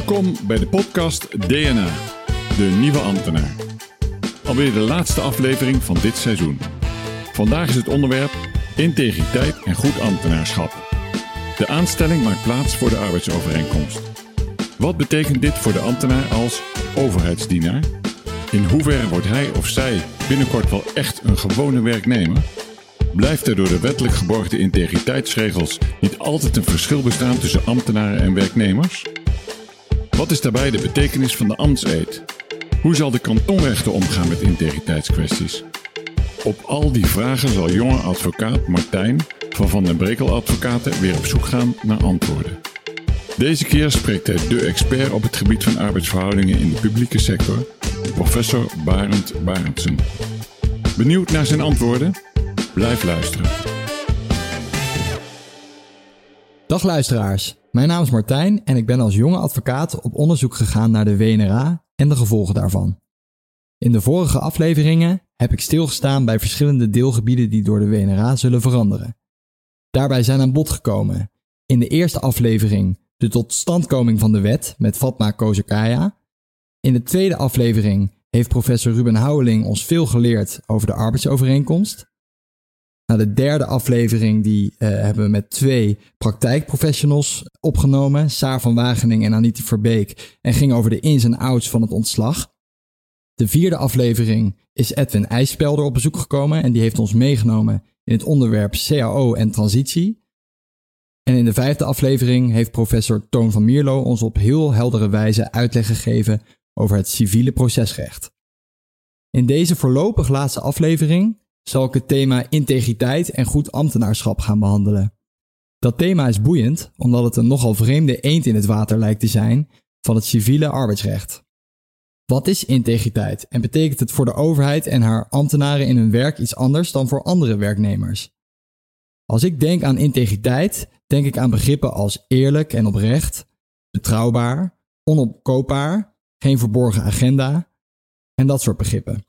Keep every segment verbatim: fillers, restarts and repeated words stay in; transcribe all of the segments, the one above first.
Welkom bij de podcast D N A, de nieuwe ambtenaar. Alweer de laatste aflevering van dit seizoen. Vandaag is het onderwerp integriteit en goed ambtenaarschap. De aanstelling maakt plaats voor de arbeidsovereenkomst. Wat betekent dit voor de ambtenaar als overheidsdienaar? In hoeverre wordt hij of zij binnenkort wel echt een gewone werknemer? Blijft er door de wettelijk geborgde integriteitsregels niet altijd een verschil bestaan tussen ambtenaren en werknemers? Wat is daarbij de betekenis van de ambtseed? Hoe zal de kantonrechter omgaan met integriteitskwesties? Op al die vragen zal jonge advocaat Martijn van Van den Brekel Advocaten weer op zoek gaan naar antwoorden. Deze keer spreekt hij de expert op het gebied van arbeidsverhoudingen in de publieke sector, professor Barend Barendsen. Benieuwd naar zijn antwoorden? Blijf luisteren. Dag luisteraars, mijn naam is Martijn en ik ben als jonge advocaat op onderzoek gegaan naar de W N R A en de gevolgen daarvan. In de vorige afleveringen heb ik stilgestaan bij verschillende deelgebieden die door de W N R A zullen veranderen. Daarbij zijn aan bod gekomen in de eerste aflevering de totstandkoming van de wet met Fatma Kozakaya. In de tweede aflevering heeft professor Ruben Houweling ons veel geleerd over de arbeidsovereenkomst. Nou, de derde aflevering die uh, hebben we met twee praktijkprofessionals opgenomen, Saar van Wageningen en Anita Verbeek, en ging over de ins en outs van het ontslag. De vierde aflevering is Edwin IJspelder op bezoek gekomen en die heeft ons meegenomen in het onderwerp C A O en transitie. En in de vijfde aflevering heeft professor Toon van Mierlo ons op heel heldere wijze uitleg gegeven over het civiele procesrecht. In deze voorlopig laatste aflevering zal ik het thema integriteit en goed ambtenaarschap gaan behandelen. Dat thema is boeiend omdat het een nogal vreemde eend in het water lijkt te zijn van het civiele arbeidsrecht. Wat is integriteit en betekent het voor de overheid en haar ambtenaren in hun werk iets anders dan voor andere werknemers? Als ik denk aan integriteit, denk ik aan begrippen als eerlijk en oprecht, betrouwbaar, onopkoopbaar, geen verborgen agenda en dat soort begrippen.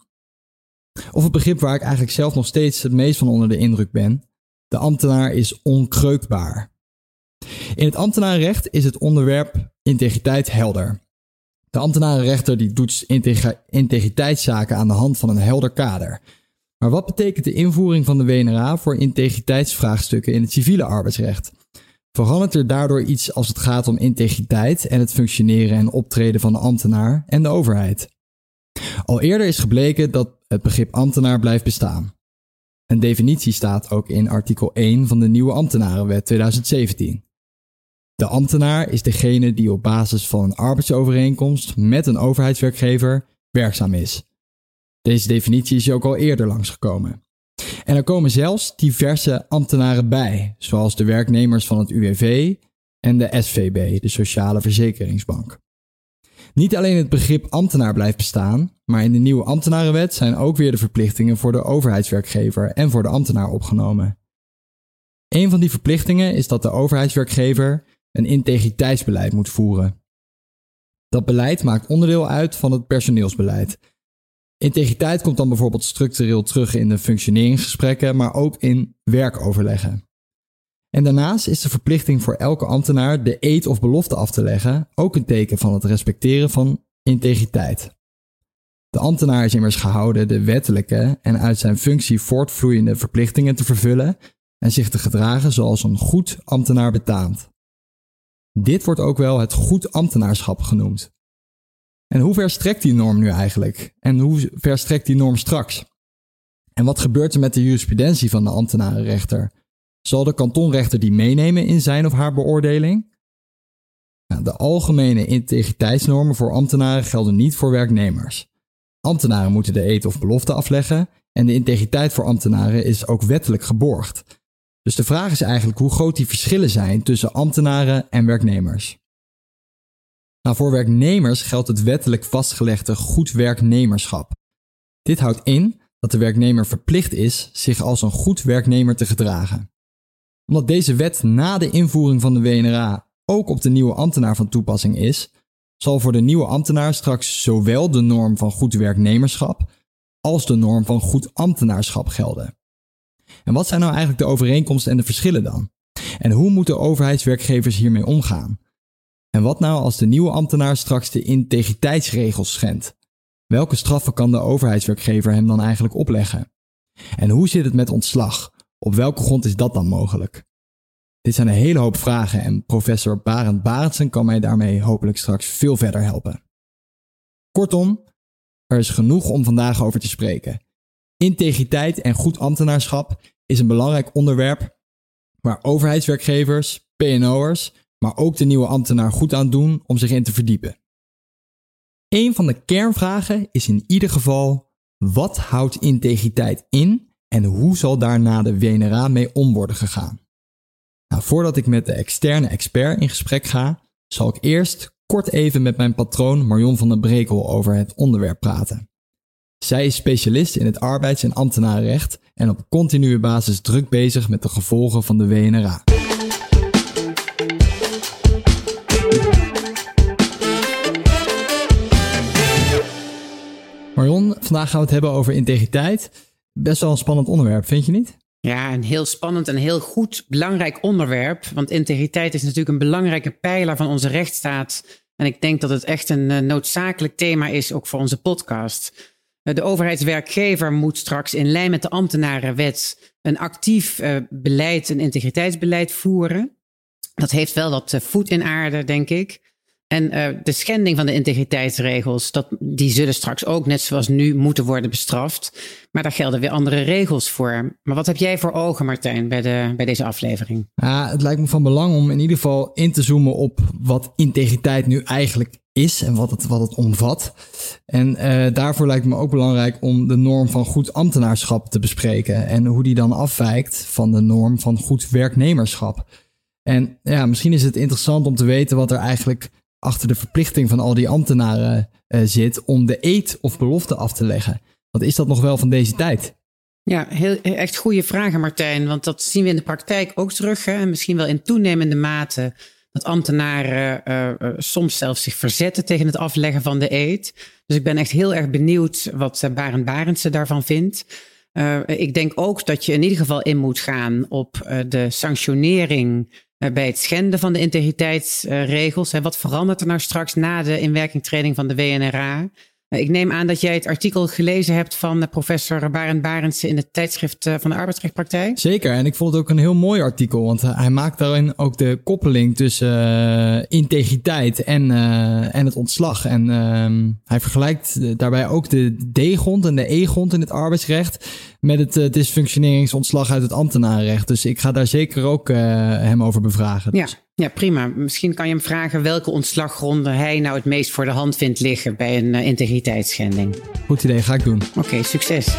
Of het begrip waar ik eigenlijk zelf nog steeds het meest van onder de indruk ben: de ambtenaar is onkreukbaar. In het ambtenarenrecht is het onderwerp integriteit helder. De ambtenarenrechter die doet integ- integriteitszaken aan de hand van een helder kader. Maar wat betekent de invoering van de W N R A voor integriteitsvraagstukken in het civiele arbeidsrecht? Verandert er daardoor iets als het gaat om integriteit en het functioneren en optreden van de ambtenaar en de overheid? Al eerder is gebleken dat het begrip ambtenaar blijft bestaan. Een definitie staat ook in artikel één van de nieuwe ambtenarenwet tweeduizend zeventien. De ambtenaar is degene die op basis van een arbeidsovereenkomst met een overheidswerkgever werkzaam is. Deze definitie is ook al eerder langsgekomen. En er komen zelfs diverse ambtenaren bij, zoals de werknemers van het U W V en de S V B, de Sociale Verzekeringsbank. Niet alleen het begrip ambtenaar blijft bestaan, maar in de nieuwe ambtenarenwet zijn ook weer de verplichtingen voor de overheidswerkgever en voor de ambtenaar opgenomen. Een van die verplichtingen is dat de overheidswerkgever een integriteitsbeleid moet voeren. Dat beleid maakt onderdeel uit van het personeelsbeleid. Integriteit komt dan bijvoorbeeld structureel terug in de functioneringsgesprekken, maar ook in werkoverleggen. En daarnaast is de verplichting voor elke ambtenaar de eed of belofte af te leggen ook een teken van het respecteren van integriteit. De ambtenaar is immers gehouden de wettelijke en uit zijn functie voortvloeiende verplichtingen te vervullen en zich te gedragen zoals een goed ambtenaar betaamt. Dit wordt ook wel het goed ambtenaarschap genoemd. En hoe ver strekt die norm nu eigenlijk? En hoe ver strekt die norm straks? En wat gebeurt er met de jurisprudentie van de ambtenarenrechter? Zal de kantonrechter die meenemen in zijn of haar beoordeling? Nou, de algemene integriteitsnormen voor ambtenaren gelden niet voor werknemers. Ambtenaren moeten de eed of belofte afleggen en de integriteit voor ambtenaren is ook wettelijk geborgd. Dus de vraag is eigenlijk hoe groot die verschillen zijn tussen ambtenaren en werknemers. Nou, voor werknemers geldt het wettelijk vastgelegde goed werknemerschap. Dit houdt in dat de werknemer verplicht is zich als een goed werknemer te gedragen. Omdat deze wet na de invoering van de W N R A ook op de nieuwe ambtenaar van toepassing is, zal voor de nieuwe ambtenaar straks zowel de norm van goed werknemerschap als de norm van goed ambtenaarschap gelden. En wat zijn nou eigenlijk de overeenkomsten en de verschillen dan? En hoe moeten overheidswerkgevers hiermee omgaan? En wat nou als de nieuwe ambtenaar straks de integriteitsregels schendt? Welke straffen kan de overheidswerkgever hem dan eigenlijk opleggen? En hoe zit het met ontslag? Op welke grond is dat dan mogelijk? Dit zijn een hele hoop vragen en professor Barend Barendsen kan mij daarmee hopelijk straks veel verder helpen. Kortom, er is genoeg om vandaag over te spreken. Integriteit en goed ambtenaarschap is een belangrijk onderwerp waar overheidswerkgevers, P en O'ers, maar ook de nieuwe ambtenaar goed aan doen om zich in te verdiepen. Een van de kernvragen is in ieder geval: wat houdt integriteit in en hoe zal daarna de W N R A mee om worden gegaan? Nou, voordat ik met de externe expert in gesprek ga, zal ik eerst kort even met mijn patroon Marion van der Brekel over het onderwerp praten. Zij is specialist in het arbeids- en ambtenarenrecht en op continue basis druk bezig met de gevolgen van de W N R A. Marion, vandaag gaan we het hebben over integriteit. Best wel een spannend onderwerp, vind je niet? Ja, een heel spannend en heel goed, belangrijk onderwerp. Want integriteit is natuurlijk een belangrijke pijler van onze rechtsstaat. En ik denk dat het echt een uh, noodzakelijk thema is, ook voor onze podcast. Uh, de overheidswerkgever moet straks in lijn met de ambtenarenwet een actief uh, beleid, een integriteitsbeleid voeren. Dat heeft wel wat uh, voet in aarde, denk ik. En uh, de schending van de integriteitsregels, dat, die zullen straks ook net zoals nu moeten worden bestraft. Maar daar gelden weer andere regels voor. Maar wat heb jij voor ogen, Martijn, bij, de, bij deze aflevering? Ja, het lijkt me van belang om in ieder geval in te zoomen op wat integriteit nu eigenlijk is en wat het, wat het omvat. En uh, daarvoor lijkt me ook belangrijk om de norm van goed ambtenaarschap te bespreken en hoe die dan afwijkt van de norm van goed werknemerschap. En ja, misschien is het interessant om te weten wat er eigenlijk achter de verplichting van al die ambtenaren uh, zit om de eed of belofte af te leggen. Wat is dat nog wel van deze tijd? Ja, heel, echt goede vragen, Martijn. Want dat zien we in de praktijk ook terug. Hè? En misschien wel in toenemende mate dat ambtenaren uh, uh, soms zelfs zich verzetten tegen het afleggen van de eed. Dus ik ben echt heel erg benieuwd wat uh, Barend Barendsen daarvan vindt. Uh, ik denk ook dat je in ieder geval in moet gaan op uh, de sanctionering uh, bij het schenden van de integriteitsregels. Uh, wat verandert er nou straks na de inwerkingtreding van de W N R A? Uh, ik neem aan dat jij het artikel gelezen hebt van uh, professor Barend Barendsen in het tijdschrift uh, van de arbeidsrechtpraktijk. Zeker, en ik vond het ook een heel mooi artikel, want uh, hij maakt daarin ook de koppeling tussen uh, integriteit en, uh, en het ontslag. En uh, hij vergelijkt daarbij ook de D-grond en de E-grond in het arbeidsrecht met het uh, dysfunctioneringsontslag uit het ambtenarenrecht. Dus ik ga daar zeker ook uh, hem over bevragen. Ja, ja, prima. Misschien kan je hem vragen welke ontslaggronden hij nou het meest voor de hand vindt liggen bij een uh, integriteitsschending. Goed idee, ga ik doen. Oké, okay, succes.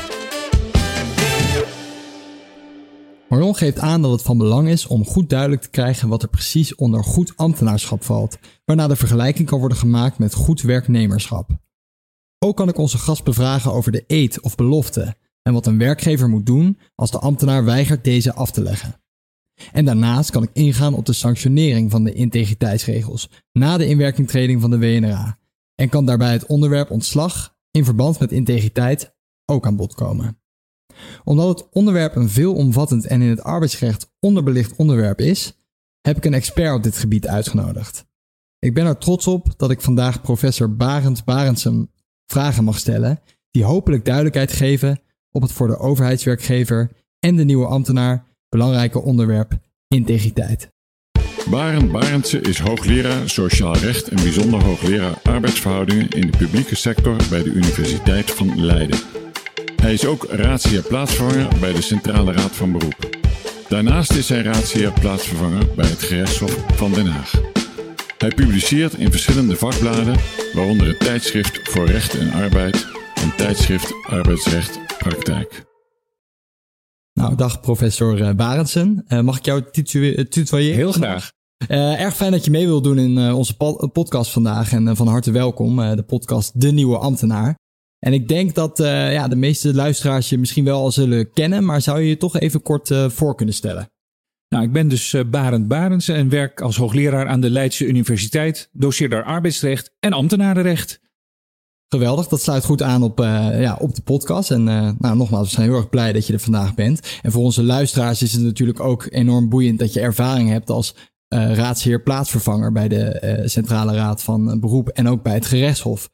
Marion geeft aan dat het van belang is om goed duidelijk te krijgen wat er precies onder goed ambtenaarschap valt, waarna de vergelijking kan worden gemaakt met goed werknemerschap. Ook kan ik onze gast bevragen over de eed of belofte en wat een werkgever moet doen als de ambtenaar weigert deze af te leggen. En daarnaast kan ik ingaan op de sanctionering van de integriteitsregels na de inwerkingtreding van de W N R A en kan daarbij het onderwerp ontslag in verband met integriteit ook aan bod komen. Omdat het onderwerp een veelomvattend en in het arbeidsrecht onderbelicht onderwerp is, heb ik een expert op dit gebied uitgenodigd. Ik ben er trots op dat ik vandaag professor Barend Barendsen vragen mag stellen die hopelijk duidelijkheid geven op het voor de overheidswerkgever en de nieuwe ambtenaar belangrijke onderwerp integriteit. Barend Barendsen is hoogleraar Sociaal Recht en bijzonder hoogleraar arbeidsverhoudingen in de publieke sector bij de Universiteit van Leiden. Hij is ook raadsheer plaatsvervanger bij de Centrale Raad van Beroep. Daarnaast is hij raadsheer plaatsvervanger bij het Gerechtshof van Den Haag. Hij publiceert in verschillende vakbladen, waaronder het tijdschrift voor Recht en Arbeid en tijdschrift Arbeidsrecht Praktijk. Nou, dag professor Barendsen. Uh, mag ik jou titu- tutoyeren? Heel graag. Uh, erg fijn dat je mee wilt doen in uh, onze po- podcast vandaag en uh, van harte welkom. Uh, de podcast De Nieuwe Ambtenaar. En ik denk dat uh, ja, de meeste luisteraars je misschien wel al zullen kennen, maar zou je je toch even kort uh, voor kunnen stellen? Nou, ik ben dus uh, Barend Barendsen en werk als hoogleraar aan de Leidse Universiteit, doceer daar arbeidsrecht en ambtenarenrecht. Geweldig, dat sluit goed aan op, uh, ja, op de podcast. En uh, nou, nogmaals, we zijn heel erg blij dat je er vandaag bent. En voor onze luisteraars is het natuurlijk ook enorm boeiend dat je ervaring hebt als uh, raadsheer plaatsvervanger bij de uh, Centrale Raad van Beroep en ook bij het gerechtshof.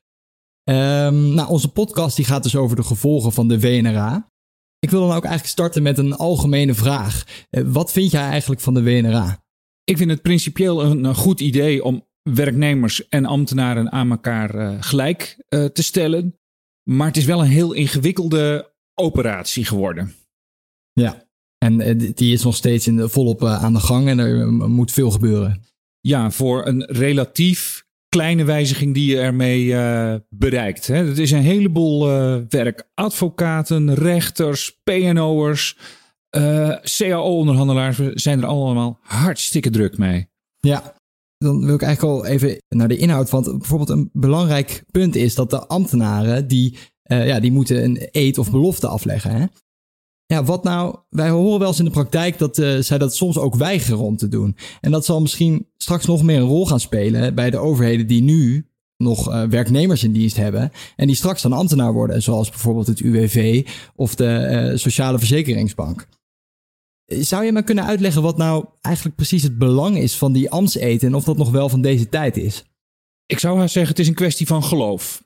Um, nou, onze podcast die gaat dus over de gevolgen van de W N R A. Ik wil dan ook eigenlijk starten met een algemene vraag. Uh, wat vind jij eigenlijk van de W N R A? Ik vind het principieel een, een goed idee om werknemers en ambtenaren aan elkaar uh, gelijk uh, te stellen. Maar het is wel een heel ingewikkelde operatie geworden. Ja, en uh, die is nog steeds in de, volop uh, aan de gang en er uh, moet veel gebeuren. Ja, voor een relatief kleine wijziging die je ermee uh, bereikt. Hè. Het is een heleboel uh, werk. Advocaten, rechters, P N O'ers, uh, C A O-onderhandelaars. We zijn er allemaal hartstikke druk mee. Ja, dan wil ik eigenlijk al even naar de inhoud. Want bijvoorbeeld een belangrijk punt is dat de ambtenaren die, uh, ja, die moeten een eed of belofte afleggen. Hè? Ja, wat nou? Wij horen wel eens in de praktijk dat uh, zij dat soms ook weigeren om te doen. En dat zal misschien straks nog meer een rol gaan spelen bij de overheden die nu nog uh, werknemers in dienst hebben en die straks dan ambtenaar worden, zoals bijvoorbeeld het U W V of de uh, Sociale Verzekeringsbank. Zou je me kunnen uitleggen wat nou eigenlijk precies het belang is van die ambtseed en of dat nog wel van deze tijd is? Ik zou haar zeggen, het is een kwestie van geloof.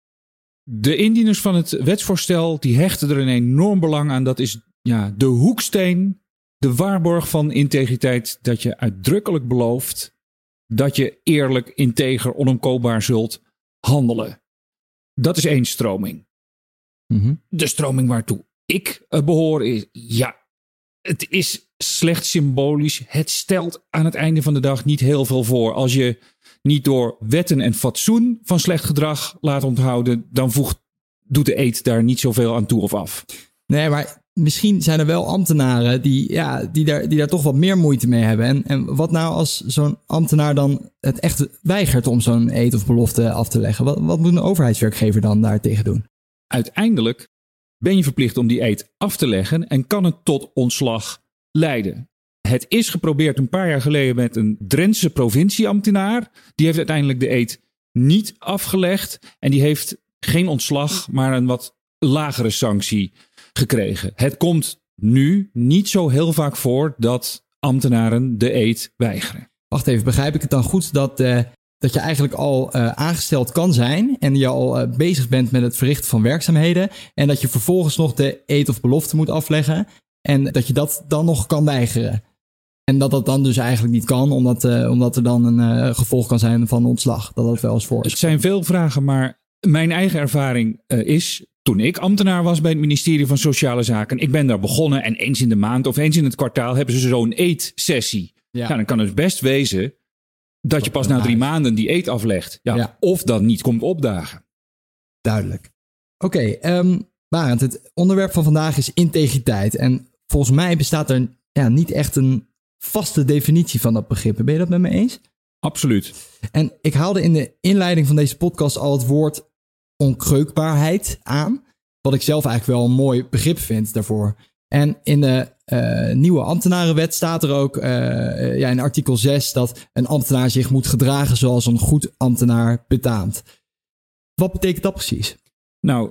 De indieners van het wetsvoorstel die hechten er een enorm belang aan. Dat is ja, de hoeksteen, de waarborg van integriteit. Dat je uitdrukkelijk belooft dat je eerlijk, integer, onomkoopbaar zult handelen. Dat is één stroming. Mm-hmm. De stroming waartoe ik behoor is, ja, het is slechts symbolisch. Het stelt aan het einde van de dag niet heel veel voor. Als je niet door wetten en fatsoen van slecht gedrag laat onthouden, dan voegt, doet de eed daar niet zoveel aan toe of af. Nee, maar misschien zijn er wel ambtenaren die, ja, die, daar, die daar toch wat meer moeite mee hebben. En, en wat nou als zo'n ambtenaar dan het echt weigert om zo'n eed of belofte af te leggen? Wat, wat moet een overheidswerkgever dan daartegen doen? Uiteindelijk ben je verplicht om die eed af te leggen en kan het tot ontslag leiden. Het is geprobeerd een paar jaar geleden met een Drentse provincieambtenaar. Die heeft uiteindelijk de eed niet afgelegd. En die heeft geen ontslag, maar een wat lagere sanctie gekregen. Het komt nu niet zo heel vaak voor dat ambtenaren de eed weigeren. Wacht even, begrijp ik het dan goed dat, uh, dat je eigenlijk al uh, aangesteld kan zijn en je al uh, bezig bent met het verrichten van werkzaamheden en dat je vervolgens nog de eed of belofte moet afleggen en dat je dat dan nog kan weigeren? En dat dat dan dus eigenlijk niet kan, omdat, uh, omdat er dan een uh, gevolg kan zijn van ontslag. Dat dat wel eens voor is. Het zijn veel vragen, maar mijn eigen ervaring uh, is, toen ik ambtenaar was bij het ministerie van Sociale Zaken, ik ben daar begonnen en eens in de maand of eens in het kwartaal hebben ze zo'n eedsessie. Ja. Nou, dan kan het best wezen dat, dat je pas na drie maanden die eed aflegt. Ja, ja. Of dat niet komt opdagen. Duidelijk. Oké, okay, um, Barend, het onderwerp van vandaag is integriteit. En volgens mij bestaat er ja, niet echt een vaste definitie van dat begrip. Ben je dat met me eens? Absoluut. En ik haalde in de inleiding van deze podcast al het woord onkreukbaarheid aan. Wat ik zelf eigenlijk wel een mooi begrip vind daarvoor. En in de uh, nieuwe ambtenarenwet staat er ook uh, uh, ja, in artikel zes dat een ambtenaar zich moet gedragen zoals een goed ambtenaar betaamt. Wat betekent dat precies? Nou,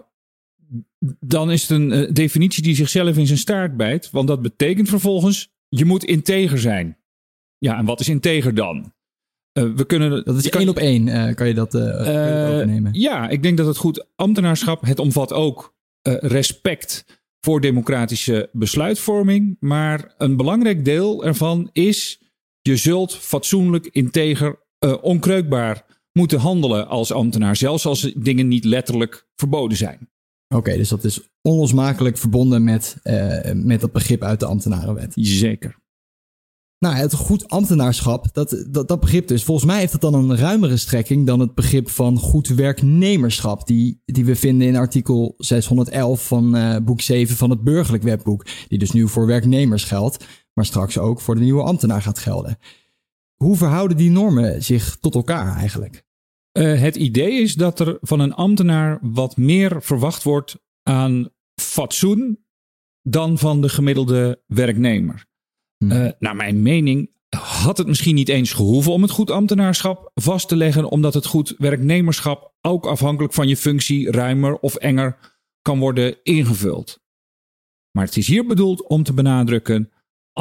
dan is het een uh, definitie die zichzelf in zijn staart bijt. Want dat betekent vervolgens, je moet integer zijn. Ja, en wat is integer dan? Uh, we kunnen, dat is kan, één op één, uh, kan je dat uh, uh, overnemen? Ja, ik denk dat het goed ambtenaarschap, het omvat ook uh, respect voor democratische besluitvorming. Maar een belangrijk deel ervan is, je zult fatsoenlijk, integer, uh, onkreukbaar moeten handelen als ambtenaar. Zelfs als dingen niet letterlijk verboden zijn. Oké, okay, dus dat is onlosmakelijk verbonden met, uh, met dat begrip uit de ambtenarenwet. Zeker. Nou, het goed ambtenaarschap, dat, dat, dat begrip dus. Volgens mij heeft dat dan een ruimere strekking dan het begrip van goed werknemerschap. Die, die we vinden in artikel zeshonderdelf van uh, boek zeven van het burgerlijk wetboek. Die dus nu voor werknemers geldt, maar straks ook voor de nieuwe ambtenaar gaat gelden. Hoe verhouden die normen zich tot elkaar eigenlijk? Uh, het idee is dat er van een ambtenaar wat meer verwacht wordt aan fatsoen dan van de gemiddelde werknemer. Uh, naar mijn mening had het misschien niet eens gehoeven om het goed ambtenaarschap vast te leggen, omdat het goed werknemerschap ook afhankelijk van je functie ruimer of enger kan worden ingevuld. Maar het is hier bedoeld om te benadrukken, als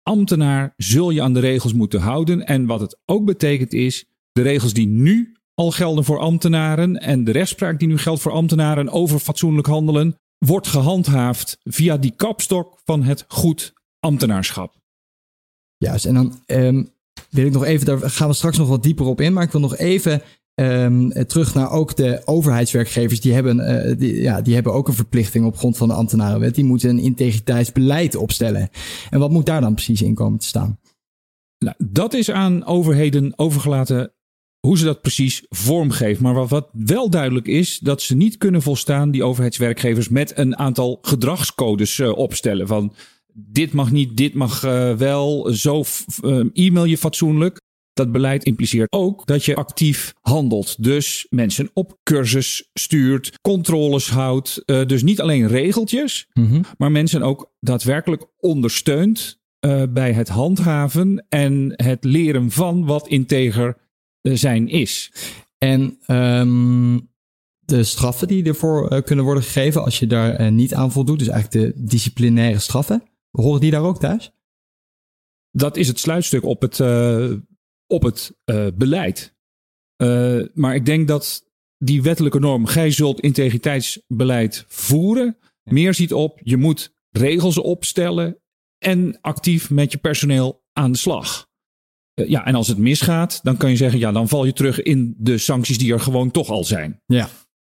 ambtenaar zul je aan de regels moeten houden. En wat het ook betekent is, de regels die nu al gelden voor ambtenaren en de rechtspraak die nu geldt voor ambtenaren over fatsoenlijk handelen, wordt gehandhaafd via die kapstok van het goed ambtenaarschap. Juist, en dan um, wil ik nog even, daar gaan we straks nog wat dieper op in, maar ik wil nog even um, terug naar ook de overheidswerkgevers. Die hebben, uh, die, ja, die hebben ook een verplichting op grond van de ambtenarenwet. Die moeten een integriteitsbeleid opstellen. En wat moet daar dan precies in komen te staan? Nou, dat is aan overheden overgelaten hoe ze dat precies vormgeven. Maar wat, wat wel duidelijk is, dat ze niet kunnen volstaan, die overheidswerkgevers, met een aantal gedragscodes uh, opstellen. Van dit mag niet, dit mag uh, wel, zo uh, e-mail je fatsoenlijk. Dat beleid impliceert ook dat je actief handelt. Dus mensen op cursus stuurt, controles houdt. Uh, dus niet alleen regeltjes, mm-hmm. maar mensen ook daadwerkelijk ondersteunt uh, bij het handhaven en het leren van wat integer zijn is. En um, de straffen die ervoor uh, kunnen worden gegeven als je daar uh, niet aan voldoet, dus eigenlijk de disciplinaire straffen, horen die daar ook thuis? Dat is het sluitstuk op het, uh, op het uh, beleid. Uh, maar ik denk dat die wettelijke norm, gij zult integriteitsbeleid voeren, meer ziet op, je moet regels opstellen en actief met je personeel aan de slag. Uh, ja, en als het misgaat, dan kan je zeggen, ja, dan val je terug in de sancties die er gewoon toch al zijn. Ja.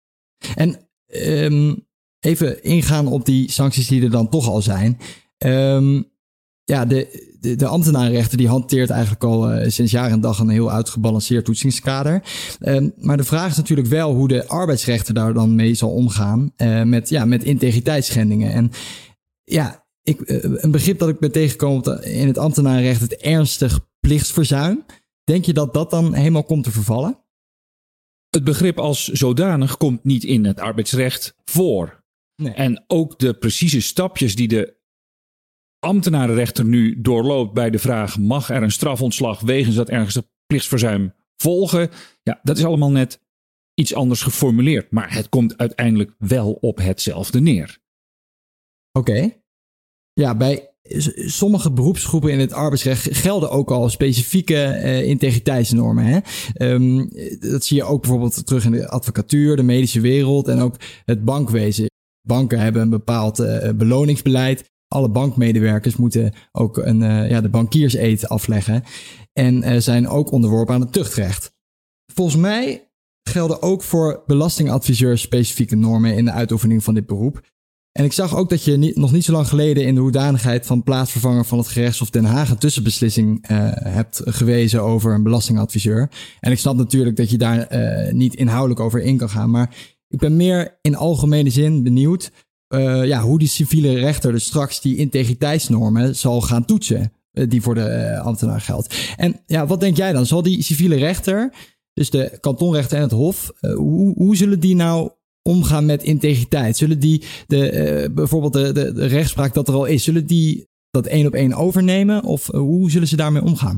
En um, even ingaan op die sancties die er dan toch al zijn. Um, ja, de, de, de ambtenarenrechter die hanteert eigenlijk al uh, sinds jaar en dag een heel uitgebalanceerd toetsingskader. Um, maar de vraag is natuurlijk wel hoe de arbeidsrechter daar dan mee zal omgaan uh, met, ja, met integriteitsschendingen. En ja, ik, uh, een begrip dat ik ben tegengekomen in het ambtenarenrecht, het ernstig plichtsverzuim. Denk je dat dat dan helemaal komt te vervallen? Het begrip als zodanig komt niet in het arbeidsrecht voor. Nee. En ook de precieze stapjes die de ambtenarenrechter nu doorloopt bij de vraag, mag er een strafontslag wegens dat ernstig plichtsverzuim volgen? Ja, dat is allemaal net iets anders geformuleerd. Maar het komt uiteindelijk wel op hetzelfde neer. Oké. Okay. Ja, bij sommige beroepsgroepen in het arbeidsrecht gelden ook al specifieke uh, integriteitsnormen. Hè? Um, dat zie je ook bijvoorbeeld terug in de advocatuur, de medische wereld en ook het bankwezen. Banken hebben een bepaald uh, beloningsbeleid. Alle bankmedewerkers moeten ook een, uh, ja, de bankierseed afleggen en uh, zijn ook onderworpen aan het tuchtrecht. Volgens mij gelden ook voor belastingadviseurs specifieke normen in de uitoefening van dit beroep. En ik zag ook dat je niet, nog niet zo lang geleden in de hoedanigheid van plaatsvervanger van het gerechtshof Den Haag een tussenbeslissing uh, hebt gewezen over een belastingadviseur. En ik snap natuurlijk dat je daar uh, niet inhoudelijk over in kan gaan, maar ik ben meer in algemene zin benieuwd uh, ja, hoe die civiele rechter dus straks die integriteitsnormen zal gaan toetsen uh, die voor de uh, ambtenaar geldt. En ja, wat denk jij dan? Zal die civiele rechter, dus de kantonrechter en het hof, uh, hoe, hoe zullen die nou omgaan met integriteit? Zullen die de, uh, bijvoorbeeld de, de, de rechtspraak dat er al is, zullen die dat één op één overnemen? Of uh, hoe zullen ze daarmee omgaan?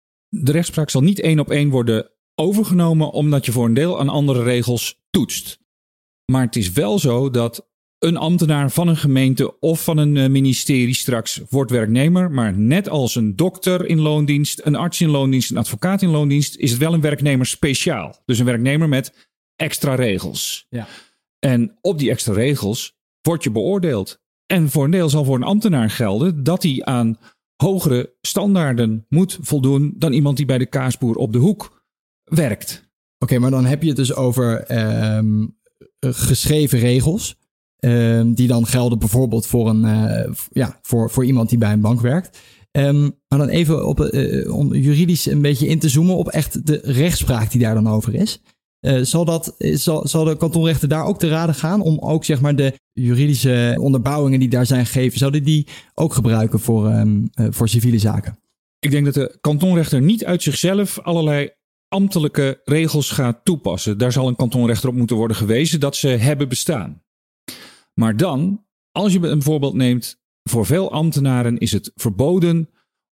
De rechtspraak zal niet één op één worden overgenomen, omdat je voor een deel aan andere regels toetst. Maar het is wel zo dat een ambtenaar van een gemeente of van een ministerie straks wordt werknemer, maar net als een dokter in loondienst, een arts in loondienst, een advocaat in loondienst, is het wel een werknemer speciaal. Dus een werknemer met extra regels. Ja. En op die extra regels word je beoordeeld. En voor een deel zal voor een ambtenaar gelden dat hij aan hogere standaarden moet voldoen dan iemand die bij de kaasboer op de hoek werkt. Oké, okay, maar dan heb je het dus over um, geschreven regels. Um, die dan gelden bijvoorbeeld voor, een, uh, ja, voor, voor iemand die bij een bank werkt. Um, maar dan even op, uh, om juridisch een beetje in te zoomen op echt de rechtspraak die daar dan over is. Uh, zal, dat, zal, zal de kantonrechter daar ook te raden gaan om ook zeg maar de juridische onderbouwingen die daar zijn gegeven, zouden die ook gebruiken voor, um, uh, voor civiele zaken? Ik denk dat de kantonrechter niet uit zichzelf allerlei ambtelijke regels gaat toepassen. Daar zal een kantonrechter op moeten worden gewezen dat ze hebben bestaan. Maar dan, als je een voorbeeld neemt, voor veel ambtenaren is het verboden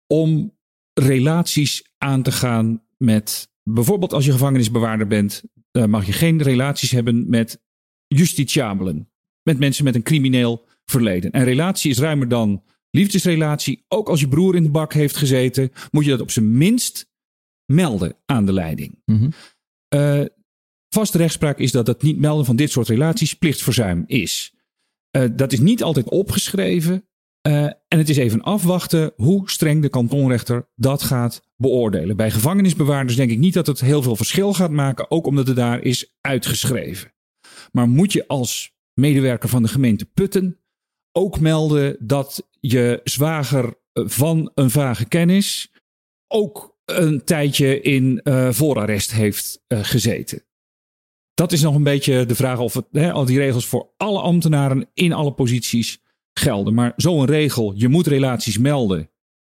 om relaties aan te gaan met, bijvoorbeeld als je gevangenisbewaarder bent, mag je geen relaties hebben met justitiabelen, met mensen met een crimineel verleden. En relatie is ruimer dan liefdesrelatie, ook als je broer in de bak heeft gezeten, moet je dat op zijn minst melden aan de leiding. Mm-hmm. Uh, vaste rechtspraak is dat het niet melden van dit soort relaties plichtverzuim is. Uh, dat is niet altijd opgeschreven. Uh, en het is even afwachten hoe streng de kantonrechter dat gaat beoordelen. Bij gevangenisbewaarders denk ik niet dat het heel veel verschil gaat maken, ook omdat het daar is uitgeschreven. Maar moet je als medewerker van de gemeente Putten ook melden dat je zwager van een vage kennis ook een tijdje in uh, voorarrest heeft uh, gezeten? Dat is nog een beetje de vraag of het, hè, al die regels voor alle ambtenaren in alle posities gelden. Maar zo'n regel, je moet relaties melden.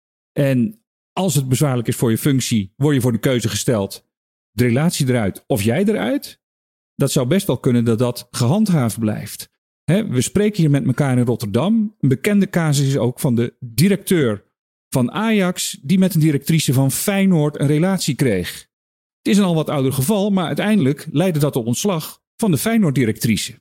En als het bezwaarlijk is voor je functie, word je voor de keuze gesteld. De relatie eruit of jij eruit. Dat zou best wel kunnen dat dat gehandhaafd blijft. Hè, we spreken hier met elkaar in Rotterdam. Een bekende casus is ook van de directeur van Ajax, die met een directrice van Feyenoord een relatie kreeg. Het is een al wat ouder geval, maar uiteindelijk leidde dat tot ontslag van de Feyenoord-directrice.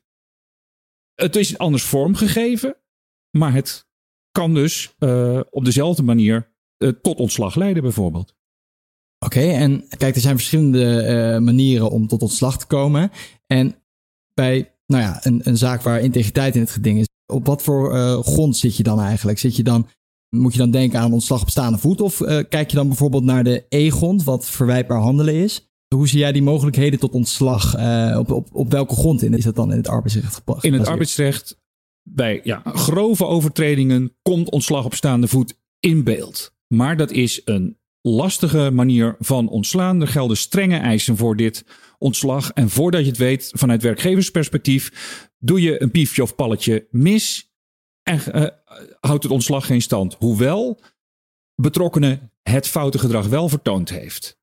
Het is anders vormgegeven, maar het kan dus uh, op dezelfde manier uh, tot ontslag leiden bijvoorbeeld. Oké, okay, en kijk, er zijn verschillende uh, manieren om tot ontslag te komen. En bij nou ja, een, een zaak waar integriteit in het geding is, op wat voor uh, grond zit je dan eigenlijk? Zit je dan, moet je dan denken aan ontslag op staande voet? Of uh, kijk je dan bijvoorbeeld naar de E-grond, wat verwijtbaar handelen is? Hoe zie jij die mogelijkheden tot ontslag? Uh, op, op, op welke grond is dat dan in het arbeidsrecht geplaatst? In het arbeidsrecht, bij ja, grove overtredingen, komt ontslag op staande voet in beeld. Maar dat is een lastige manier van ontslaan. Er gelden strenge eisen voor dit ontslag. En voordat je het weet, vanuit werkgeversperspectief, doe je een piefje of palletje mis en uh, houdt het ontslag geen stand. Hoewel betrokkenen het foute gedrag wel vertoond heeft.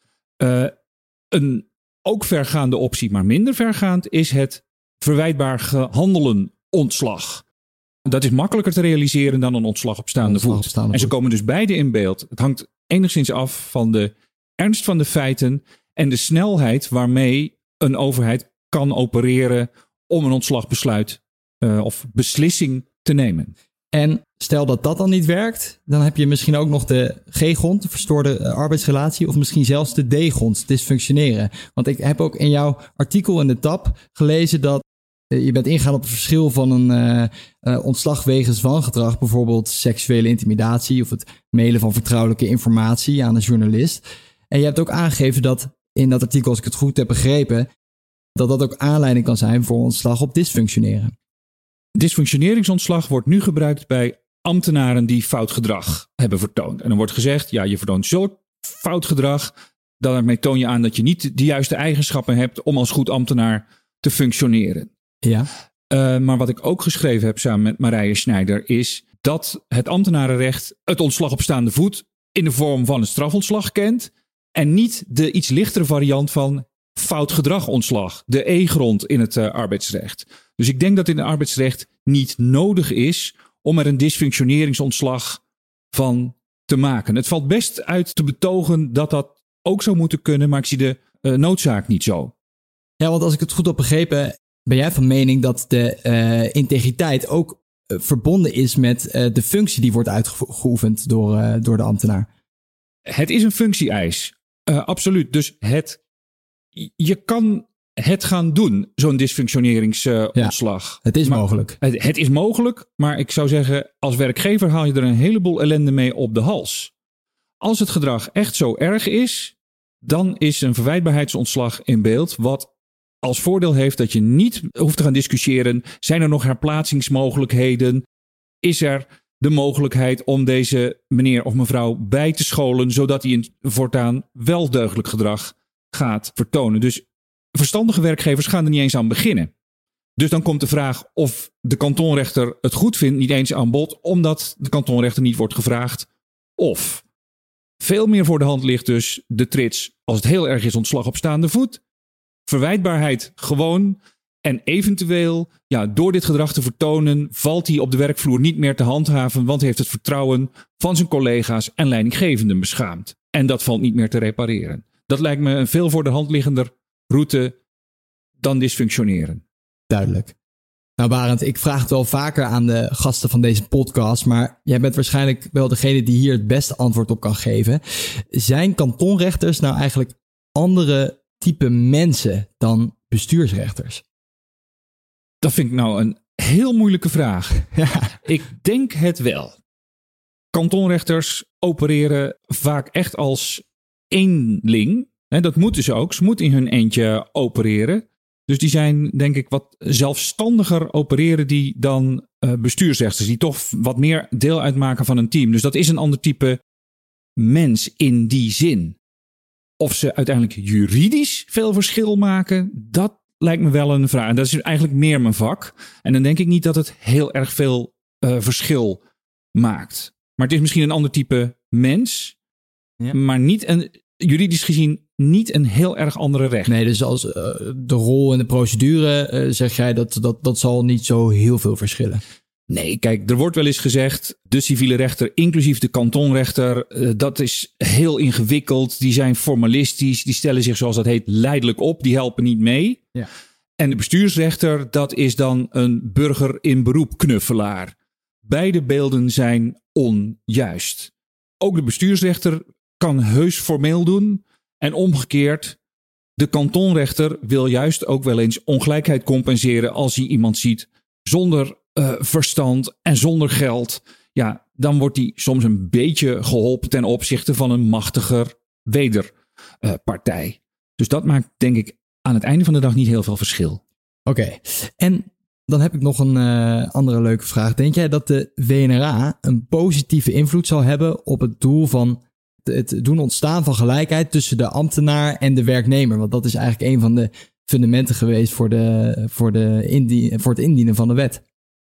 Uh, een ook vergaande optie, maar minder vergaand, is het verwijtbaar gehandelen ontslag. Dat is makkelijker te realiseren dan een ontslag op staande ontslag voet. Op staande en ze voet. komen dus beide in beeld. Het hangt enigszins af van de ernst van de feiten en de snelheid waarmee een overheid kan opereren om een ontslagbesluit uh, of beslissing te nemen. En stel dat dat dan niet werkt, dan heb je misschien ook nog de G-grond, de verstoorde arbeidsrelatie, of misschien zelfs de D-grond, dysfunctioneren. Want ik heb ook in jouw artikel in de tab gelezen dat uh, je bent ingegaan op het verschil van een uh, uh, ontslag wegens wangedrag, bijvoorbeeld seksuele intimidatie of het mailen van vertrouwelijke informatie aan een journalist. En je hebt ook aangegeven dat in dat artikel, als ik het goed heb begrepen, dat dat ook aanleiding kan zijn voor ontslag op dysfunctioneren. Dysfunctioneringsontslag wordt nu gebruikt bij ambtenaren die fout gedrag hebben vertoond. En dan wordt gezegd, ja, je vertoont zulk fout gedrag, daarmee toon je aan dat je niet de juiste eigenschappen hebt om als goed ambtenaar te functioneren. Ja. Uh, maar wat ik ook geschreven heb samen met Marije Schneider is dat het ambtenarenrecht het ontslag op staande voet in de vorm van een strafontslag kent en niet de iets lichtere variant van fout gedragontslag, de E-grond in het uh, arbeidsrecht. Dus ik denk dat in het arbeidsrecht niet nodig is om er een dysfunctioneringsontslag van te maken. Het valt best uit te betogen dat dat ook zou moeten kunnen, maar ik zie de uh, noodzaak niet zo. Ja, want als ik het goed heb begrepen, ben jij van mening dat de uh, integriteit ook uh, verbonden is met uh, de functie die wordt uitgeoefend door, uh, door de ambtenaar? Het is een functie-eis, uh, absoluut. Dus het, je kan het gaan doen, zo'n dysfunctioneringsontslag. Uh, ja, het is maar, mogelijk. Het, het is mogelijk, maar ik zou zeggen, als werkgever haal je er een heleboel ellende mee op de hals. Als het gedrag echt zo erg is, dan is een verwijtbaarheidsontslag in beeld, wat als voordeel heeft dat je niet hoeft te gaan discussiëren. Zijn er nog herplaatsingsmogelijkheden? Is er de mogelijkheid om deze meneer of mevrouw bij te scholen, zodat hij in voortaan wel deugdelijk gedrag gaat vertonen? Dus verstandige werkgevers gaan er niet eens aan beginnen. Dus dan komt de vraag of de kantonrechter het goed vindt niet eens aan bod, omdat de kantonrechter niet wordt gevraagd of. Veel meer voor de hand ligt dus de trits, als het heel erg is, ontslag op staande voet. Verwijtbaarheid gewoon. En eventueel, ja, door dit gedrag te vertonen, valt hij op de werkvloer niet meer te handhaven, want hij heeft het vertrouwen van zijn collega's en leidinggevenden beschaamd. En dat valt niet meer te repareren. Dat lijkt me een veel voor de hand liggender route dan dysfunctioneren. Duidelijk. Nou Barend, ik vraag het wel vaker aan de gasten van deze podcast, maar jij bent waarschijnlijk wel degene die hier het beste antwoord op kan geven. Zijn kantonrechters nou eigenlijk andere type mensen dan bestuursrechters? Dat vind ik nou een heel moeilijke vraag. Ja. Ik denk het wel. Kantonrechters opereren vaak echt als eenling. Dat moeten ze ook. Ze moeten in hun eentje opereren. Dus die zijn, denk ik, wat zelfstandiger opereren die dan uh, bestuursrechters. Die toch wat meer deel uitmaken van een team. Dus dat is een ander type mens in die zin. Of ze uiteindelijk juridisch veel verschil maken, dat lijkt me wel een vraag. En dat is eigenlijk meer mijn vak. En dan denk ik niet dat het heel erg veel uh, verschil maakt. Maar het is misschien een ander type mens. Ja. Maar niet een, juridisch gezien niet een heel erg andere recht. Nee, dus als uh, de rol en de procedure uh, zeg jij dat, dat dat zal niet zo heel veel verschillen. Nee, kijk, er wordt wel eens gezegd, de civiele rechter, inclusief de kantonrechter, uh, dat is heel ingewikkeld. Die zijn formalistisch, die stellen zich, zoals dat heet, leidelijk op. Die helpen niet mee. Ja. En de bestuursrechter, dat is dan een burger in beroep knuffelaar. Beide beelden zijn onjuist. Ook de bestuursrechter kan heus formeel doen. En omgekeerd, de kantonrechter wil juist ook wel eens ongelijkheid compenseren als hij iemand ziet zonder uh, verstand en zonder geld. Ja, dan wordt hij soms een beetje geholpen ten opzichte van een machtiger wederpartij. Uh, dus dat maakt, denk ik, aan het einde van de dag niet heel veel verschil. Oké, okay. En dan heb ik nog een uh, andere leuke vraag. Denk jij dat de W N R A een positieve invloed zal hebben op het doel van het doen ontstaan van gelijkheid tussen de ambtenaar en de werknemer? Want dat is eigenlijk een van de fundamenten geweest voor, de, voor, de indien, voor het indienen van de wet.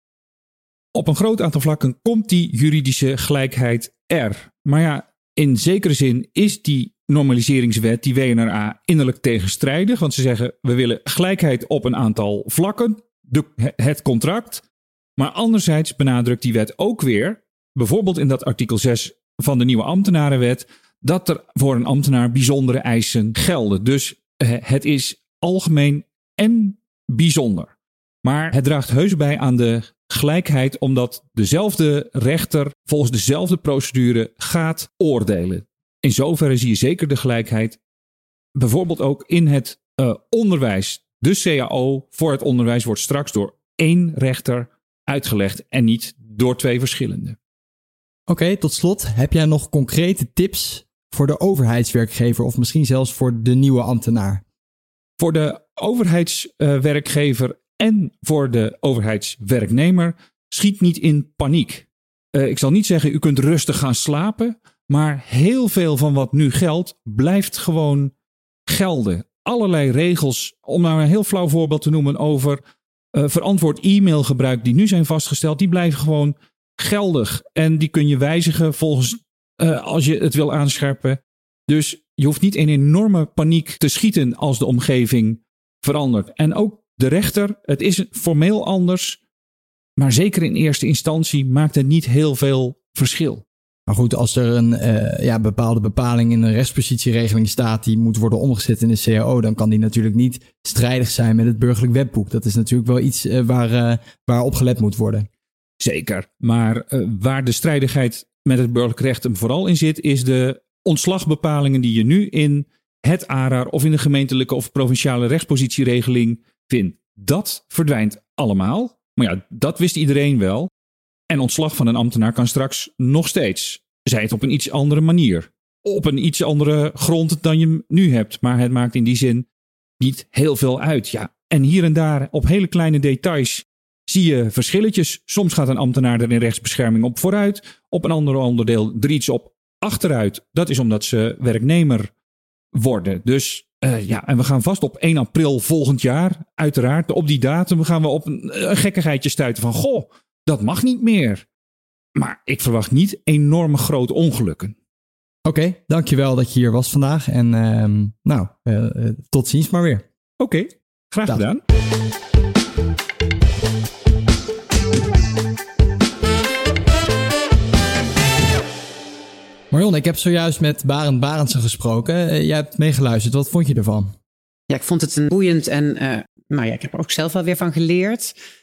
Op een groot aantal vlakken komt die juridische gelijkheid er. Maar ja, in zekere zin is die normaliseringswet, die W N R A, innerlijk tegenstrijdig. Want ze zeggen, we willen gelijkheid op een aantal vlakken, de, het contract. Maar anderzijds benadrukt die wet ook weer, bijvoorbeeld in dat artikel zes van de nieuwe ambtenarenwet, dat er voor een ambtenaar bijzondere eisen gelden. Dus uh, het is algemeen en bijzonder. Maar het draagt heus bij aan de gelijkheid, omdat dezelfde rechter volgens dezelfde procedure gaat oordelen. In zoverre zie je zeker de gelijkheid. Bijvoorbeeld ook in het uh, onderwijs. De C A O voor het onderwijs wordt straks door één rechter uitgelegd en niet door twee verschillende. Oké, okay, tot slot. Heb jij nog concrete tips voor de overheidswerkgever of misschien zelfs voor de nieuwe ambtenaar? Voor de overheidswerkgever uh, en voor de overheidswerknemer schiet niet in paniek. Uh, ik zal niet zeggen, u kunt rustig gaan slapen, maar heel veel van wat nu geldt blijft gewoon gelden. Allerlei regels, om nou een heel flauw voorbeeld te noemen over uh, verantwoord e-mailgebruik die nu zijn vastgesteld, die blijven gewoon geldig. En die kun je wijzigen volgens uh, als je het wil aanscherpen. Dus je hoeft niet in enorme paniek te schieten als de omgeving verandert. En ook de rechter, het is formeel anders, maar zeker in eerste instantie maakt het niet heel veel verschil. Maar goed, als er een uh, ja, bepaalde bepaling in een rechtspositieregeling staat die moet worden omgezet in de C A O, dan kan die natuurlijk niet strijdig zijn met het burgerlijk wetboek. Dat is natuurlijk wel iets uh, waar, uh, waar op gelet moet worden. Zeker, maar uh, waar de strijdigheid met het burgerlijk recht hem vooral in zit, is de ontslagbepalingen die je nu in het A R A R of in de gemeentelijke of provinciale rechtspositieregeling vindt. Dat verdwijnt allemaal. Maar ja, dat wist iedereen wel. En ontslag van een ambtenaar kan straks nog steeds. Zij het op een iets andere manier. Op een iets andere grond dan je nu hebt. Maar het maakt in die zin niet heel veel uit. Ja. En hier en daar op hele kleine details zie je verschilletjes. Soms gaat een ambtenaar er in rechtsbescherming op vooruit. Op een ander onderdeel er iets op achteruit. Dat is omdat ze werknemer worden. Dus uh, ja, en we gaan vast op één april volgend jaar, uiteraard. Op die datum gaan we op een, een gekkigheidje stuiten van, goh, dat mag niet meer. Maar ik verwacht niet enorme grote ongelukken. Oké, okay, dankjewel dat je hier was vandaag. En uh, nou, uh, tot ziens maar weer. Oké, okay, graag Dag. gedaan. Marion, ik heb zojuist met Barend Barendsen gesproken. Uh, jij hebt meegeluisterd. Wat vond je ervan? Ja, ik vond het een boeiend en uh, nou ja, ik heb er ook zelf wel weer van geleerd.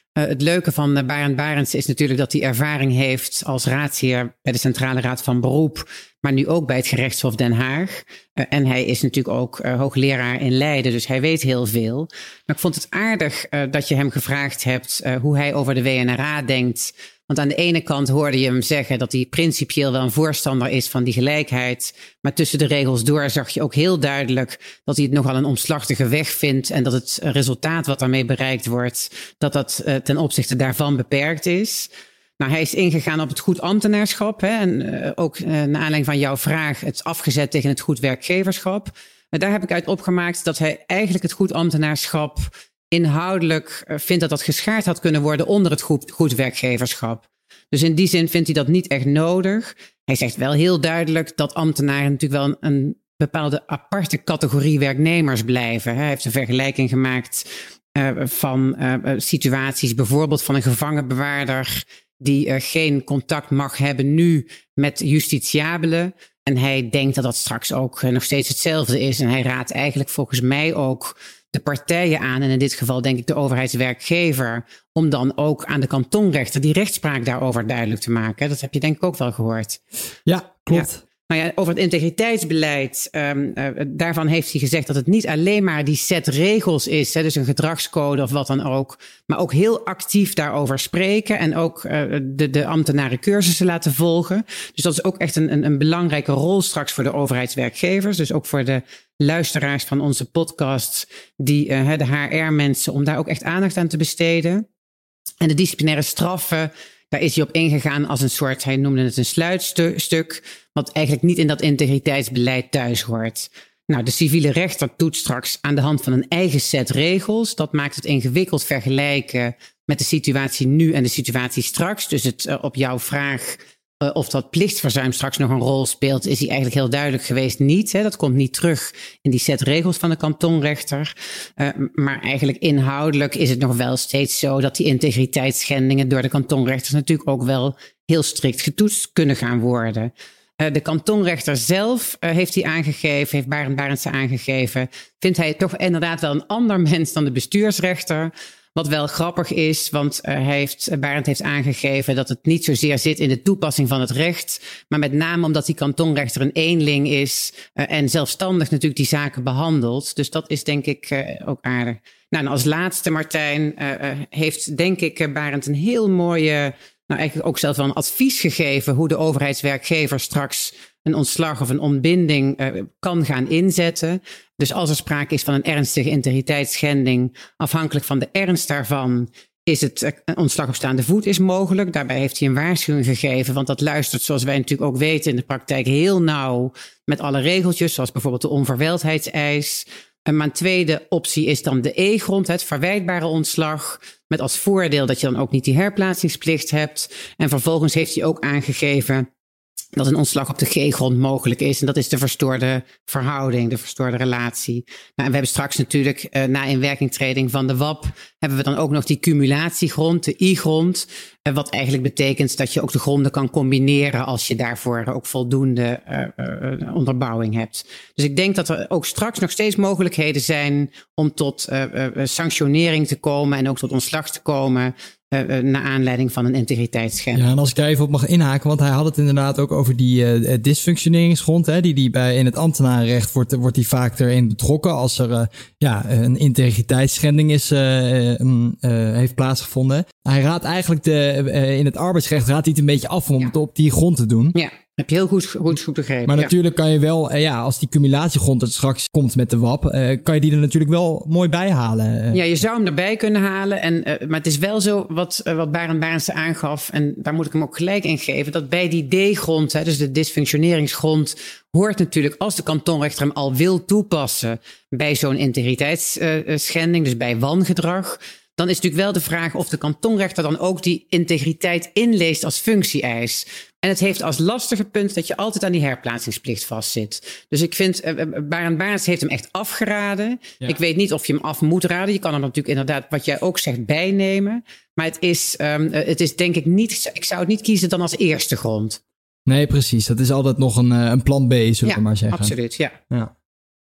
Uh, het leuke van uh, Barend Barendse is natuurlijk dat hij ervaring heeft als raadsheer bij de Centrale Raad van Beroep, maar nu ook bij het Gerechtshof Den Haag. Uh, en hij is natuurlijk ook uh, hoogleraar in Leiden, dus hij weet heel veel. Maar ik vond het aardig uh, dat je hem gevraagd hebt uh, hoe hij over de W N R A denkt. Want aan de ene kant hoorde je hem zeggen dat hij principieel wel een voorstander is van die gelijkheid. Maar tussen de regels door zag je ook heel duidelijk dat hij het nogal een omslachtige weg vindt. En dat het resultaat wat daarmee bereikt wordt, dat dat uh, ten opzichte daarvan beperkt is. Nou, hij is ingegaan op het goed ambtenaarschap. Hè, en uh, ook uh, naar aanleiding van jouw vraag het afgezet tegen het goed werkgeverschap. Uh, daar heb ik uit opgemaakt dat hij eigenlijk het goed ambtenaarschap inhoudelijk vindt dat dat geschaard had kunnen worden onder het goed, goed werkgeverschap. Dus in die zin vindt hij dat niet echt nodig. Hij zegt wel heel duidelijk dat ambtenaren natuurlijk wel een, een bepaalde aparte categorie werknemers blijven. Hij heeft een vergelijking gemaakt uh, van uh, situaties, bijvoorbeeld van een gevangenbewaarder die uh, geen contact mag hebben nu met justitiabelen. En hij denkt dat dat straks ook uh, nog steeds hetzelfde is. En hij raadt eigenlijk volgens mij ook de partijen aan, en in dit geval denk ik de overheidswerkgever, om dan ook aan de kantonrechter die rechtspraak daarover duidelijk te maken. Dat heb je denk ik ook wel gehoord. Ja, klopt. Ja. Nou ja, over het integriteitsbeleid, um, uh, daarvan heeft hij gezegd dat het niet alleen maar die set regels is, hè, dus een gedragscode of wat dan ook, maar ook heel actief daarover spreken en ook uh, de, de ambtenaren cursussen laten volgen. Dus dat is ook echt een, een, een belangrijke rol straks voor de overheidswerkgevers, dus ook voor de luisteraars van onze podcast, die uh, de H R-mensen, om daar ook echt aandacht aan te besteden. En de disciplinaire straffen, daar is hij op ingegaan als een soort, hij noemde het een sluitstuk, wat eigenlijk niet in dat integriteitsbeleid thuis hoort. Nou, de civiele rechter doet straks aan de hand van een eigen set regels. Dat maakt het ingewikkeld vergelijken met de situatie nu en de situatie straks. Dus het uh, op jouw vraag uh, of dat plichtsverzuim straks nog een rol speelt, is hij eigenlijk heel duidelijk geweest niet. Hè. Dat komt niet terug in die set regels van de kantonrechter. Uh, maar eigenlijk inhoudelijk is het nog wel steeds zo dat die integriteitsschendingen door de kantonrechters natuurlijk ook wel heel strikt getoetst kunnen gaan worden. Uh, de kantonrechter zelf uh, heeft hij aangegeven, heeft Barend Barendse aangegeven, vindt hij toch inderdaad wel een ander mens dan de bestuursrechter. Wat wel grappig is, want uh, hij heeft, Barend heeft aangegeven dat het niet zozeer zit in de toepassing van het recht, maar met name omdat die kantonrechter een eenling is uh, en zelfstandig natuurlijk die zaken behandelt. Dus dat is denk ik uh, ook aardig. Nou, en als laatste, Martijn, uh, uh, heeft denk ik uh, Barend een heel mooie, nou eigenlijk ook zelfs wel een advies gegeven hoe de overheidswerkgever straks een ontslag of een ontbinding uh, kan gaan inzetten. Dus als er sprake is van een ernstige integriteitsschending, afhankelijk van de ernst daarvan, is het uh, een ontslag op staande voet is mogelijk. Daarbij heeft hij een waarschuwing gegeven, want dat luistert, zoals wij natuurlijk ook weten, in de praktijk heel nauw met alle regeltjes, zoals bijvoorbeeld de onverwijldheidseis. Maar een tweede optie is dan de E-grond, het verwijtbare ontslag, met als voordeel dat je dan ook niet die herplaatsingsplicht hebt. En vervolgens heeft hij ook aangegeven dat een ontslag op de G-grond mogelijk is. En dat is de verstoorde verhouding, de verstoorde relatie. Nou, en we hebben straks natuurlijk, uh, na inwerkingtreding van de W A P, hebben we dan ook nog die cumulatiegrond, de I-grond. Uh, wat eigenlijk betekent dat je ook de gronden kan combineren als je daarvoor ook voldoende uh, uh, onderbouwing hebt. Dus ik denk dat er ook straks nog steeds mogelijkheden zijn om tot uh, uh, sanctionering te komen en ook tot ontslag te komen. Uh, uh, naar aanleiding van een integriteitsschending. Ja, en als ik daar even op mag inhaken, want hij had het inderdaad ook over die uh, dysfunctioneringsgrond. Hè, die, die bij in het ambtenarenrecht wordt, wordt die vaak erin betrokken als er uh, ja, een integriteitsschending is, uh, um, uh, heeft plaatsgevonden. Hij raadt eigenlijk de, uh, in het arbeidsrecht raadt hij het een beetje af om ja. het op die grond te doen. Ja. Heb je heel goed, goed, goed begrepen. Maar ja. natuurlijk kan je wel, ja, als die cumulatiegrond er straks komt met de W A P, uh, kan je die er natuurlijk wel mooi bij halen. Ja, je zou hem erbij kunnen halen. En, uh, maar het is wel zo, wat, uh, wat Barend Barendse aangaf, en daar moet ik hem ook gelijk in geven, dat bij die D-grond, hè, dus de dysfunctioneringsgrond, hoort natuurlijk, als de kantonrechter hem al wil toepassen bij zo'n integriteitsschending, uh, dus bij wangedrag, dan is natuurlijk wel de vraag of de kantonrechter dan ook die integriteit inleest als functie-eis. En het heeft als lastige punt dat je altijd aan die herplaatsingsplicht vastzit. Dus ik vind, uh, Barend Barendse heeft hem echt afgeraden. Ja. Ik weet niet of je hem af moet raden. Je kan er natuurlijk inderdaad, wat jij ook zegt, bijnemen. Maar het is, um, uh, het is denk ik niet, ik zou het niet kiezen dan als eerste grond. Nee, precies. Dat is altijd nog een, een plan B, zullen we ja, maar zeggen. Absoluut, ja. Ja, ja.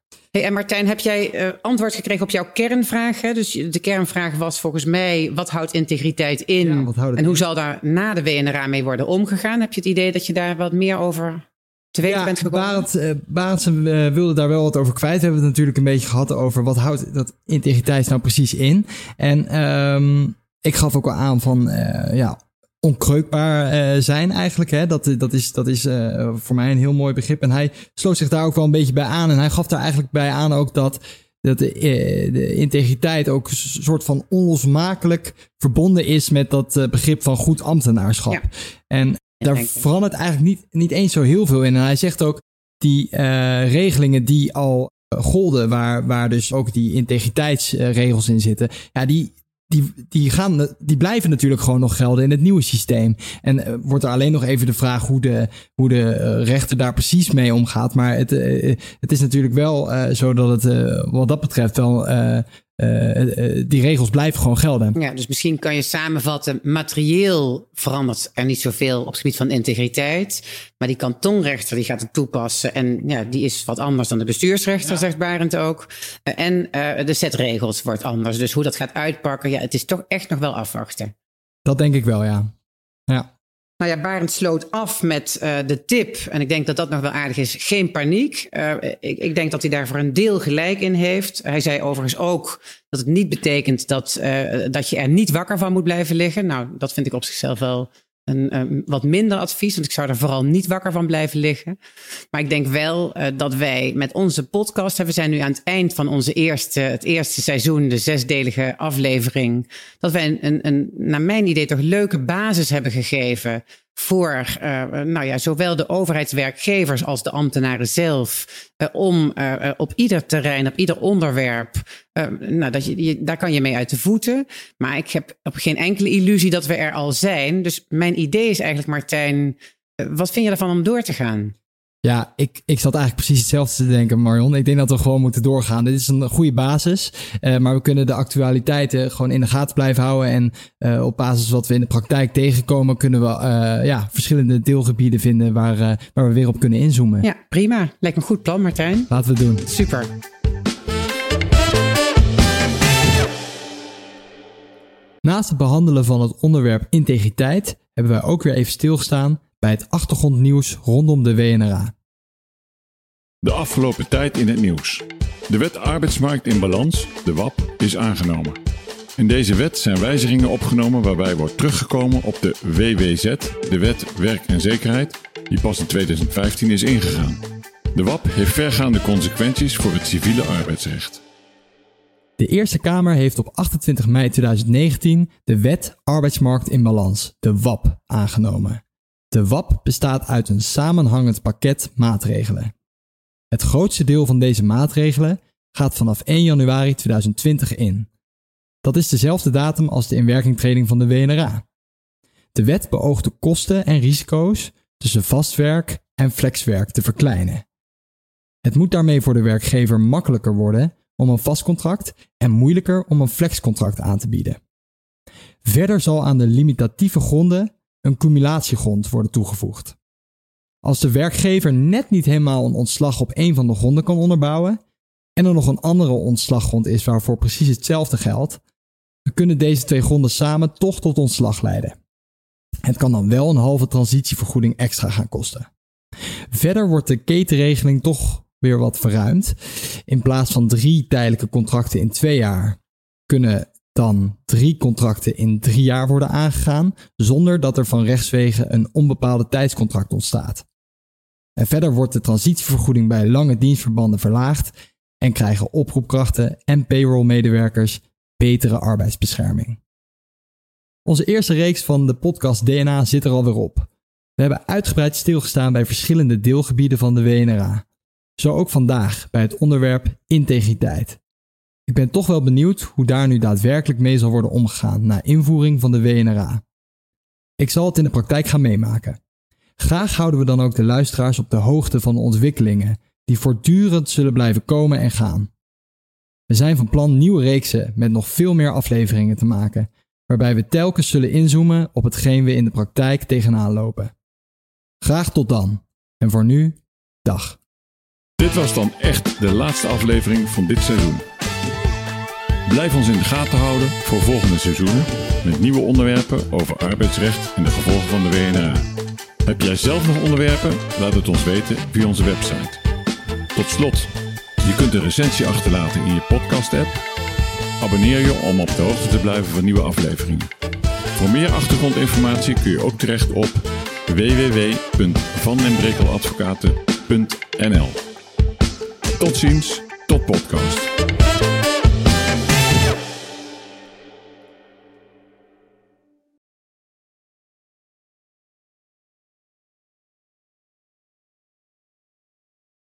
Hey, en Martijn, heb jij uh, antwoord gekregen op jouw kernvraag? Hè? Dus de kernvraag was volgens mij, wat houdt integriteit in? Ja, wat houdt het en hoe in? Zal daar na de W N R A mee worden omgegaan? Heb je het idee dat je daar wat meer over te weten ja, bent gekomen? Barend, uh, Barendsen uh, wilde daar wel wat over kwijt. We hebben het natuurlijk een beetje gehad over wat houdt dat integriteit nou precies in. En um, ik gaf ook al aan van, uh, ja... onkreukbaar uh, zijn eigenlijk. Hè? Dat, dat is, dat is uh, voor mij een heel mooi begrip. En hij sloot zich daar ook wel een beetje bij aan. En hij gaf daar eigenlijk bij aan ook dat, dat de, uh, de integriteit ook een soort van onlosmakelijk verbonden is met dat uh, begrip van goed ambtenaarschap. Ja. En daar ja, verandert eigenlijk niet, niet eens zo heel veel in. En hij zegt ook, die uh, regelingen die al golden, waar, waar dus ook die integriteitsregels in zitten, ja, die Die, die, gaan, die blijven natuurlijk gewoon nog gelden in het nieuwe systeem. En uh, wordt er alleen nog even de vraag hoe de, hoe de uh, rechter daar precies mee omgaat. Maar het, uh, het is natuurlijk wel uh, zo dat het uh, wat dat betreft wel... Uh, Uh, uh, die regels blijven gewoon gelden. Ja, dus misschien kan je samenvatten, materieel verandert er niet zoveel op het gebied van integriteit. Maar die kantonrechter die gaat het toepassen. En ja, die is wat anders dan de bestuursrechter, ja. Zegt Barend ook. Uh, en uh, de setregels wordt anders. Dus hoe dat gaat uitpakken, ja, het is toch echt nog wel afwachten. Dat denk ik wel, ja. Ja. Nou ja, Barend sloot af met uh, de tip, en ik denk dat dat nog wel aardig is, geen paniek. Uh, ik, ik denk dat hij daar voor een deel gelijk in heeft. Hij zei overigens ook dat het niet betekent dat, uh, dat je er niet wakker van moet blijven liggen. Nou, dat vind ik op zichzelf wel een um, wat minder advies, want ik zou er vooral niet wakker van blijven liggen. Maar ik denk wel uh, dat wij met onze podcast, hè, we zijn nu aan het eind van onze eerste, het eerste seizoen, de zesdelige aflevering, dat wij een, een, een naar mijn idee toch leuke basis hebben gegeven voor uh, nou ja, zowel de overheidswerkgevers als de ambtenaren zelf, uh, om uh, op ieder terrein, op ieder onderwerp, uh, nou, dat je, je, daar kan je mee uit de voeten. Maar ik heb op geen enkele illusie dat we er al zijn. Dus mijn idee is eigenlijk, Martijn, uh, wat vind je ervan om door te gaan? Ja, ik, ik zat eigenlijk precies hetzelfde te denken, Marion. Ik denk dat we gewoon moeten doorgaan. Dit is een goede basis, uh, maar we kunnen de actualiteiten gewoon in de gaten blijven houden. En uh, op basis wat we in de praktijk tegenkomen, kunnen we uh, ja, verschillende deelgebieden vinden waar, uh, waar we weer op kunnen inzoomen. Ja, prima. Lijkt me een goed plan, Martijn. Laten we het doen. Super. Naast het behandelen van het onderwerp integriteit hebben wij ook weer even stilgestaan bij het achtergrondnieuws rondom de W N R A. De afgelopen tijd in het nieuws. De wet arbeidsmarkt in balans, de W A P, is aangenomen. In deze wet zijn wijzigingen opgenomen waarbij wordt teruggekomen op de W W Z, de Wet Werk en Zekerheid, die pas in tweeduizend vijftien is ingegaan. De W A P heeft vergaande consequenties voor het civiele arbeidsrecht. De Eerste Kamer heeft op achtentwintig mei tweeduizend negentien de Wet Arbeidsmarkt in Balans, de W A P, aangenomen. De W A P bestaat uit een samenhangend pakket maatregelen. Het grootste deel van deze maatregelen gaat vanaf één januari tweeduizend twintig in. Dat is dezelfde datum als de inwerkingtreding van de W N R A. De wet beoogt de kosten en risico's tussen vastwerk en flexwerk te verkleinen. Het moet daarmee voor de werkgever makkelijker worden om een vast contract en moeilijker om een flexcontract aan te bieden. Verder zal aan de limitatieve gronden een cumulatiegrond worden toegevoegd. Als de werkgever net niet helemaal een ontslag op één van de gronden kan onderbouwen en er nog een andere ontslaggrond is waarvoor precies hetzelfde geldt, dan kunnen deze twee gronden samen toch tot ontslag leiden. Het kan dan wel een halve transitievergoeding extra gaan kosten. Verder wordt de ketenregeling toch weer wat verruimd. In plaats van drie tijdelijke contracten in twee jaar kunnen dan drie contracten in drie jaar worden aangegaan, zonder dat er van rechtswege een onbepaalde tijdscontract ontstaat. En verder wordt de transitievergoeding bij lange dienstverbanden verlaagd en krijgen oproepkrachten en payroll-medewerkers betere arbeidsbescherming. Onze eerste reeks van de podcast D N A zit er alweer op. We hebben uitgebreid stilgestaan bij verschillende deelgebieden van de W N R A. Zo ook vandaag bij het onderwerp integriteit. Ik ben toch wel benieuwd hoe daar nu daadwerkelijk mee zal worden omgegaan na invoering van de W N R A. Ik zal het in de praktijk gaan meemaken. Graag houden we dan ook de luisteraars op de hoogte van de ontwikkelingen die voortdurend zullen blijven komen en gaan. We zijn van plan nieuwe reeksen met nog veel meer afleveringen te maken, waarbij we telkens zullen inzoomen op hetgeen we in de praktijk tegenaan lopen. Graag tot dan. En voor nu, dag. Dit was dan echt de laatste aflevering van dit seizoen. Blijf ons in de gaten houden voor volgende seizoenen met nieuwe onderwerpen over arbeidsrecht en de gevolgen van de W N R A. Heb jij zelf nog onderwerpen? Laat het ons weten via onze website. Tot slot, je kunt een recensie achterlaten in je podcast-app. Abonneer je om op de hoogte te blijven van nieuwe afleveringen. Voor meer achtergrondinformatie kun je ook terecht op w w w punt van den brekel advocaten punt n l. Tot ziens, tot podcast.